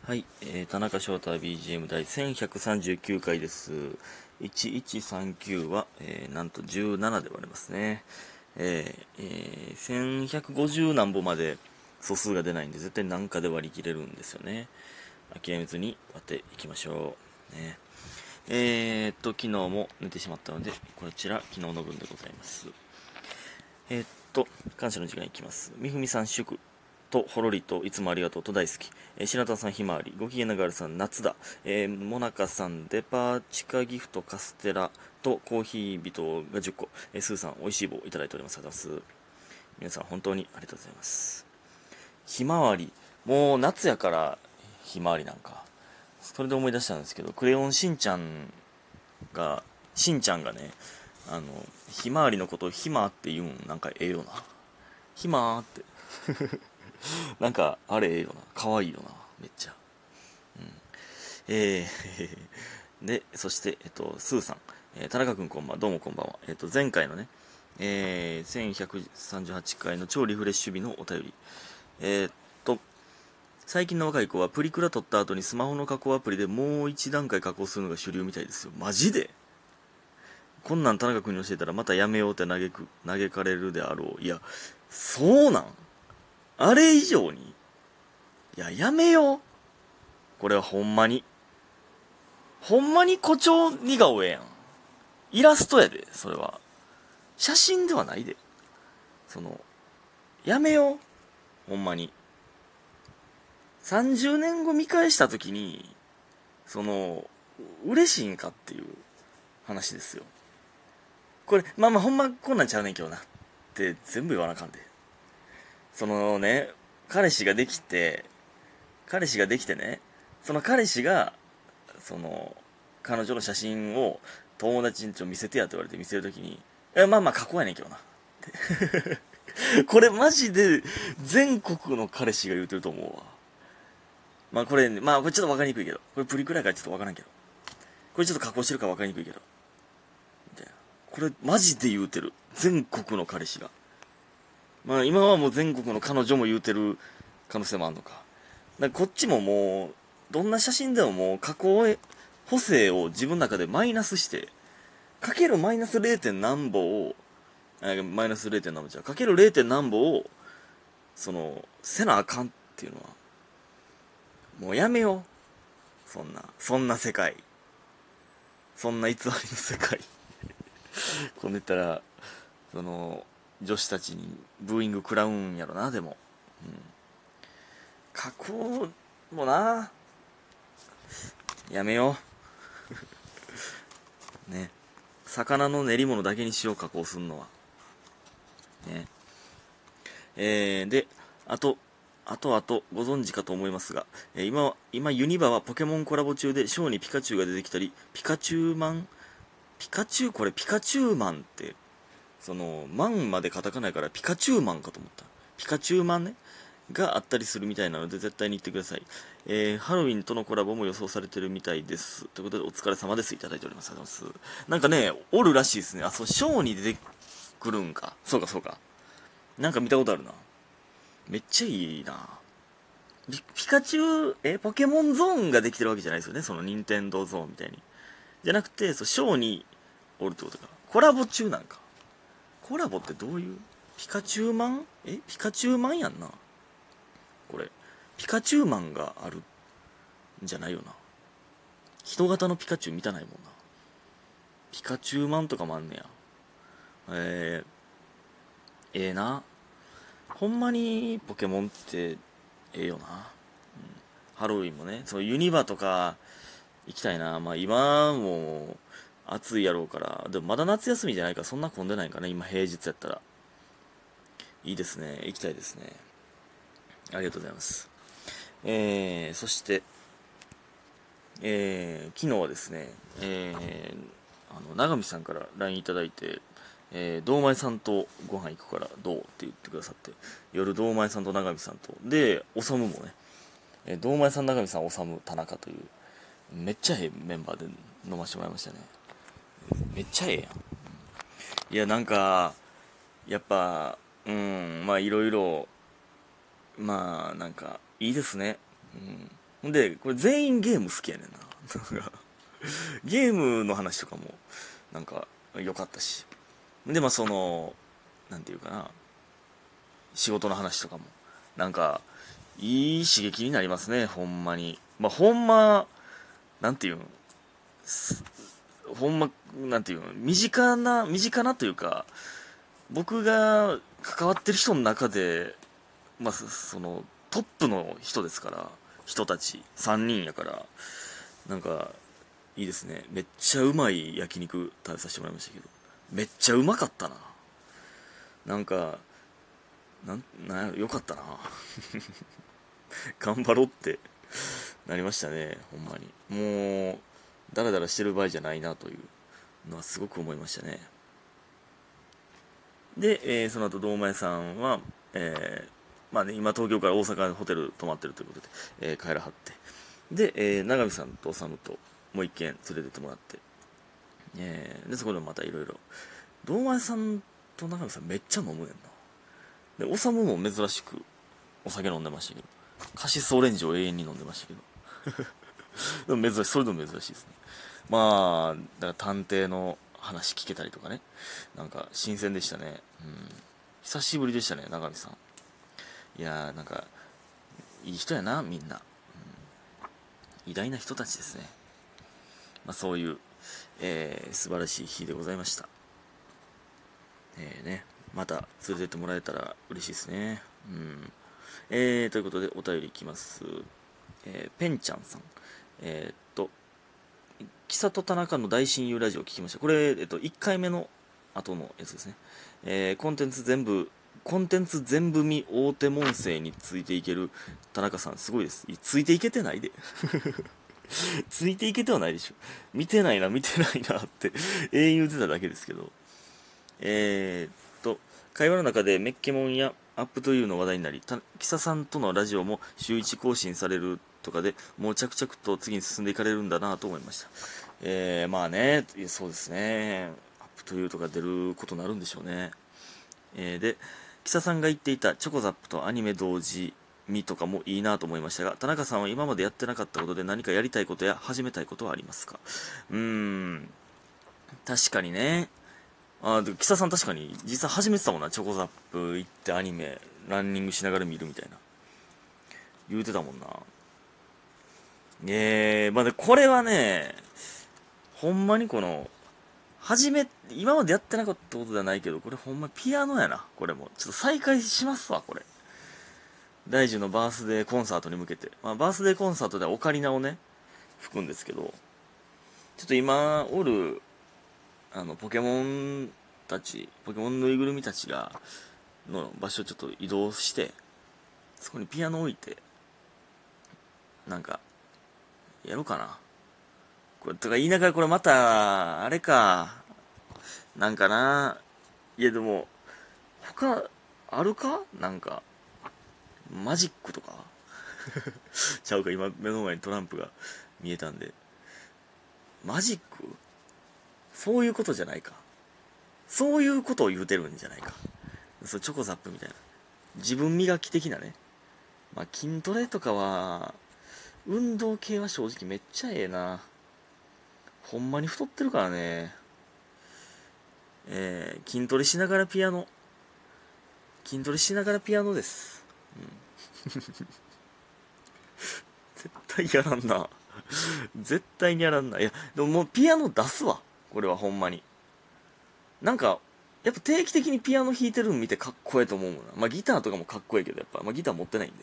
はい、田中翔太 BGM 第1139回です。1139は、なんと17で割れますね。1150何本まで素数が出ないんで、絶対何かで割り切れるんですよね。諦めずに割っていきましょう。ね。昨日も寝てしまったので、こちら昨日の分でございます。感謝の時間いきます。みふみさん祝とほろりといつもありがとうと大好き。白田さんひまわり、ご機嫌ながらさん夏だ。もなかさんデパ地下ギフトカステラとコーヒー人が10個。スーさん美味しい棒いただいております。ありがとうございます。皆さん本当にありがとうございます。ひまわり、もう夏やからひまわりなんか。それで思い出したんですけど、クレヨンしんちゃんがね、ひまわりのことをひまって言うんなんかええよな。ひまーってなんかあれええよな、かわいいよな、めっちゃ。でそしてスーさん、田中君こんばんは、どうもこんばんは。前回のね、1138回の超リフレッシュ日のお便り。えーっと最近の若い子はプリクラ撮った後にスマホの加工アプリでもう一段階加工するのが主流みたいですよ。マジでこんなん田中君に教えたらまたやめようって嘆かれるであろう。いや、そうなん、あれ以上に、いや、やめよう。これはほんまに誇張似顔絵やん。イラストやで、それは。写真ではないで。やめよう。ほんまに。30年後見返した時に、嬉しいんかっていう話ですよ。これ、まあまあほんまこんなんちゃうねんけどな。って全部言わなあかんで。彼氏ができてね、その彼氏が、その、彼女の写真を友達に見せてやって言われて見せるときに、まあまあ過去やねんけどな。ってこれマジで全国の彼氏が言うてると思うわ。まあこれ、まあこれちょっとわかりにくいけど、これプリクラやからちょっとわからんけど、これちょっと加工してるからわかりにくいけど、みたいな。これマジで言うてる。全国の彼氏が。まあ今はもう全国の彼女も言うてる可能性もあるのか。だからこっちももう、どんな写真でももう加工補正を自分の中でマイナスして、かけるマイナス 0. 何歩を、マイナス 0. 何歩じゃかける 0. 何歩を、せなあかんっていうのは、もうやめよう。そんな世界。そんな偽りの世界。こう言ったら、女子たちにブーイング食らうんやろな、でも。加工もな、やめよう。ね。魚の練り物だけにしよう、加工すんのは。ね。で、あと、ご存知かと思いますが、今ユニバはポケモンコラボ中で、ショーにピカチュウが出てきたり、ピカチュウマンって、マンまでカタカナやからピカチュウマンかと思った。ピカチュウマンね。があったりするみたいなので絶対に行ってください。ハロウィンとのコラボも予想されてるみたいです。ということでお疲れ様です。いただいております。ありがとうございます。なんかね、おるらしいですね。あ、そう、ショーに出てくるんか。そうかそうか。なんか見たことあるな。めっちゃいいな。ピカチュウ、ポケモンゾーンができてるわけじゃないですよね。その任天堂ゾーンみたいに。じゃなくて、ショーにおるってことか。コラボ中なんか。コラボってどういうピカチュウマンピカチュウマンやんな。これ。ピカチュウマンがあるんじゃないよな。人型のピカチュウ見たないもんな。ピカチュウマンとかもあんねや。ええな。ほんまにポケモンってええよな。ハロウィンもね、ユニバとか行きたいな。まあ今も暑いやろうから、でもまだ夏休みじゃないからそんな混んでないんかね、今平日やったら。いいですね。行きたいですね。ありがとうございます。そして、昨日はですね、長見さんから LINE いただいて、堂前さんとご飯行くからどうって言ってくださって、夜堂前さんと長見さんと、で、おさむもね、堂前さん、長見さん、おさむ、田中という、めっちゃええメンバーで飲ませてもらいましたね。めっちゃええやん。いや、なんか、やっぱ、まあいろいろ、まあなんか、いいですね。 でこれ全員ゲーム好きやねんなゲームの話とかもなんか良かったし、でそのなんていうかな、仕事の話とかもなんかいい刺激になりますね、ほんまに。ほんまなんていうんほんまなんていうの、身近なというか、僕が関わってる人の中でそのトップの人ですから、人たち3人やから、なんかいいですね。めっちゃうまい焼肉食べさせてもらいましたけど、めっちゃうまかったな。なんかよかったな頑張ろうってなりましたね、ほんまに。もうダラダラしてる場合じゃないなというのはすごく思いましたね。で、その後堂前さんは、今東京から大阪のホテル泊まってるということで、帰らはって、で、永見さんと修ともう一軒連れてってもらって、でそこでまたいろいろ、堂前さんと永見さんめっちゃ飲むねんな。で修も珍しくお酒飲んでましたけど、カシスオレンジを永遠に飲んでましたけどでもそれでも珍しいですね。だから探偵の話聞けたりとかね、なんか新鮮でしたね。久しぶりでしたね、永見さん。いやー、なんかいい人やな、みんな。偉大な人たちですね。そういう、素晴らしい日でございました。また連れてってもらえたら嬉しいですね。ということでお便りいきます。ペンちゃんさん。キサと田中の大親友ラジオを聞きました。これ、1回目の後のやつですね。コンテンツ全部見大手門生についていける田中さん、すごいです。ついていけてないでついていけてはないでしょ。見てないなって永遠言ってただけですけど、会話の中でメッケモンやアップというの話題になり、キサさんとのラジオも週1更新されるとかで、もう着々と次に進んでいかれるんだなと思いました。そうですね、アップというとか出ることになるんでしょうね。で、キサさんが言っていたチョコザップとアニメ同時見とかもいいなと思いましたが、田中さんは今までやってなかったことで何かやりたいことや始めたいことはありますか？確かにね。キサさん確かに実際始めてたもんな。チョコザップ行ってアニメランニングしながら見るみたいな言うてたもんな。でこれはね、ほんまに今までやってなかったことではないけど、これほんまピアノやな。これもちょっと再開しますわ、これ。大樹のバースデーコンサートに向けて、バースデーコンサートではオカリナをね吹くんですけど、ちょっと今おるポケモンぬいぐるみたちの場所をちょっと移動して、そこにピアノ置いてなんかやろうかな。これとか言いながら、これまたあれかなんかな。いやでも他あるか、なんかマジックとかちゃうか、今目の前にトランプが見えたんで、マジック、そういうことじゃないか。そういうことを言うてるんじゃないか。チョコザップみたいな自分磨き的なね。筋トレとかは、運動系は正直めっちゃええな。ほんまに太ってるからね。筋トレしながらピアノです。絶対やらんな。絶対にやらんな。いやでももうピアノ出すわ、これはほんまに。なんかやっぱ定期的にピアノ弾いてるの見てかっこええと思うもんな。ギターとかもかっこええけど、やっぱギター持ってないんで。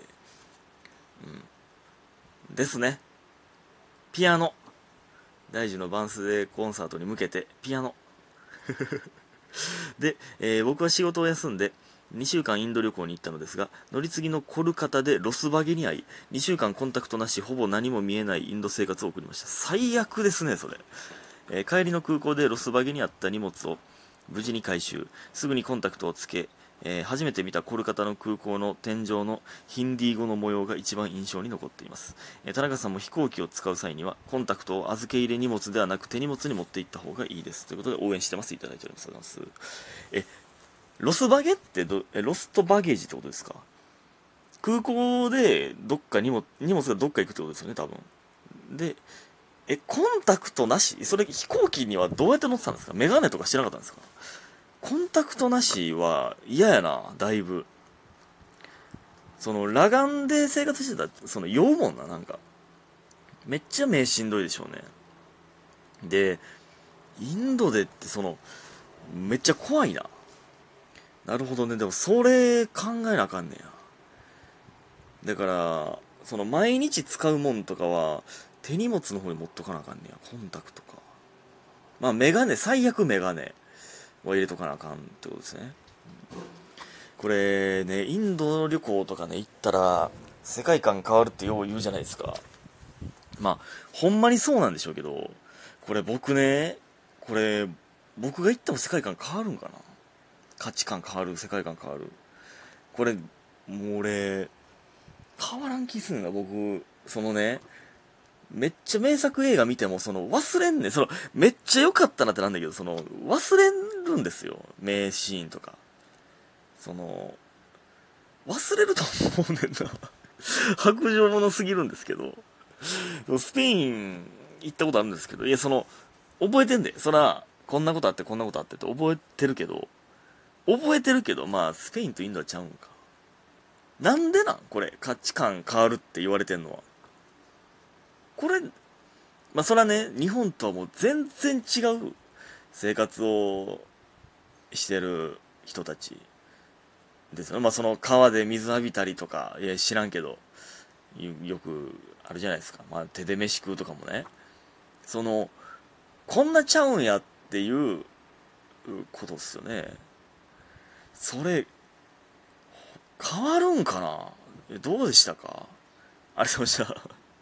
ですね。ピアノ。大樹のバースデーコンサートに向けてピアノで、僕は仕事を休んで2週間インド旅行に行ったのですが、乗り継ぎのコルカタでロスバゲに遭い、2週間コンタクトなし、ほぼ何も見えないインド生活を送りました。最悪ですね、それ。帰りの空港でロスバゲにあった荷物を無事に回収、すぐにコンタクトをつけ、初めて見たコルカタの空港の天井のヒンディー語の模様が一番印象に残っています。田中さんも飛行機を使う際にはコンタクトを預け入れ荷物ではなく手荷物に持っていった方がいいですということで応援してます。いただいております。ありがとうございます。ロスバゲってロストバゲージってことですか？ 空港でどっか荷物がどっか行くってことですよね、多分。で、コンタクトなし、それ飛行機にはどうやって乗ってたんですか？メガネとかしてなかったんですか？コンタクトなしは嫌やな、だいぶ。その裸眼で生活してたらその酔うもんな、なんかめっちゃ目しんどいでしょうね。でインドでってめっちゃ怖いな。なるほどね。でもそれ考えなあかんねや。だから毎日使うもんとかは手荷物の方に持っとかなあかんねや。コンタクトか、まあメガネ、最悪メガネは入れとかなあかんってことですね。これね、インド旅行とかね行ったら世界観変わるってよう言うじゃないですか。まあほんまにそうなんでしょうけど、これ僕ね、これ僕が行っても世界観変わるんかな。価値観変わる、世界観変わる。これもう俺変わらん気すんな。僕めっちゃ名作映画見ても忘れんねん。めっちゃ良かったなってなんだけど、忘れるんですよ、名シーンとか。忘れると思うねんな。白状者すぎるんですけど、スペイン行ったことあるんですけど、いや覚えてんで、こんなことあってこんなことあってって覚えてるけど、まあスペインとインドはちゃうんか。なんでなんこれ、価値観変わるって言われてんのは。これ、まあそれはね、日本とはもう全然違う生活をしてる人たちですよね。まあ川で水浴びたりとか、いや知らんけど、よくあるじゃないですか。まあ手で飯食うとかもね。こんなちゃうんやっていうことっすよね。それ、変わるんかな。どうでしたか？ありがとうございました。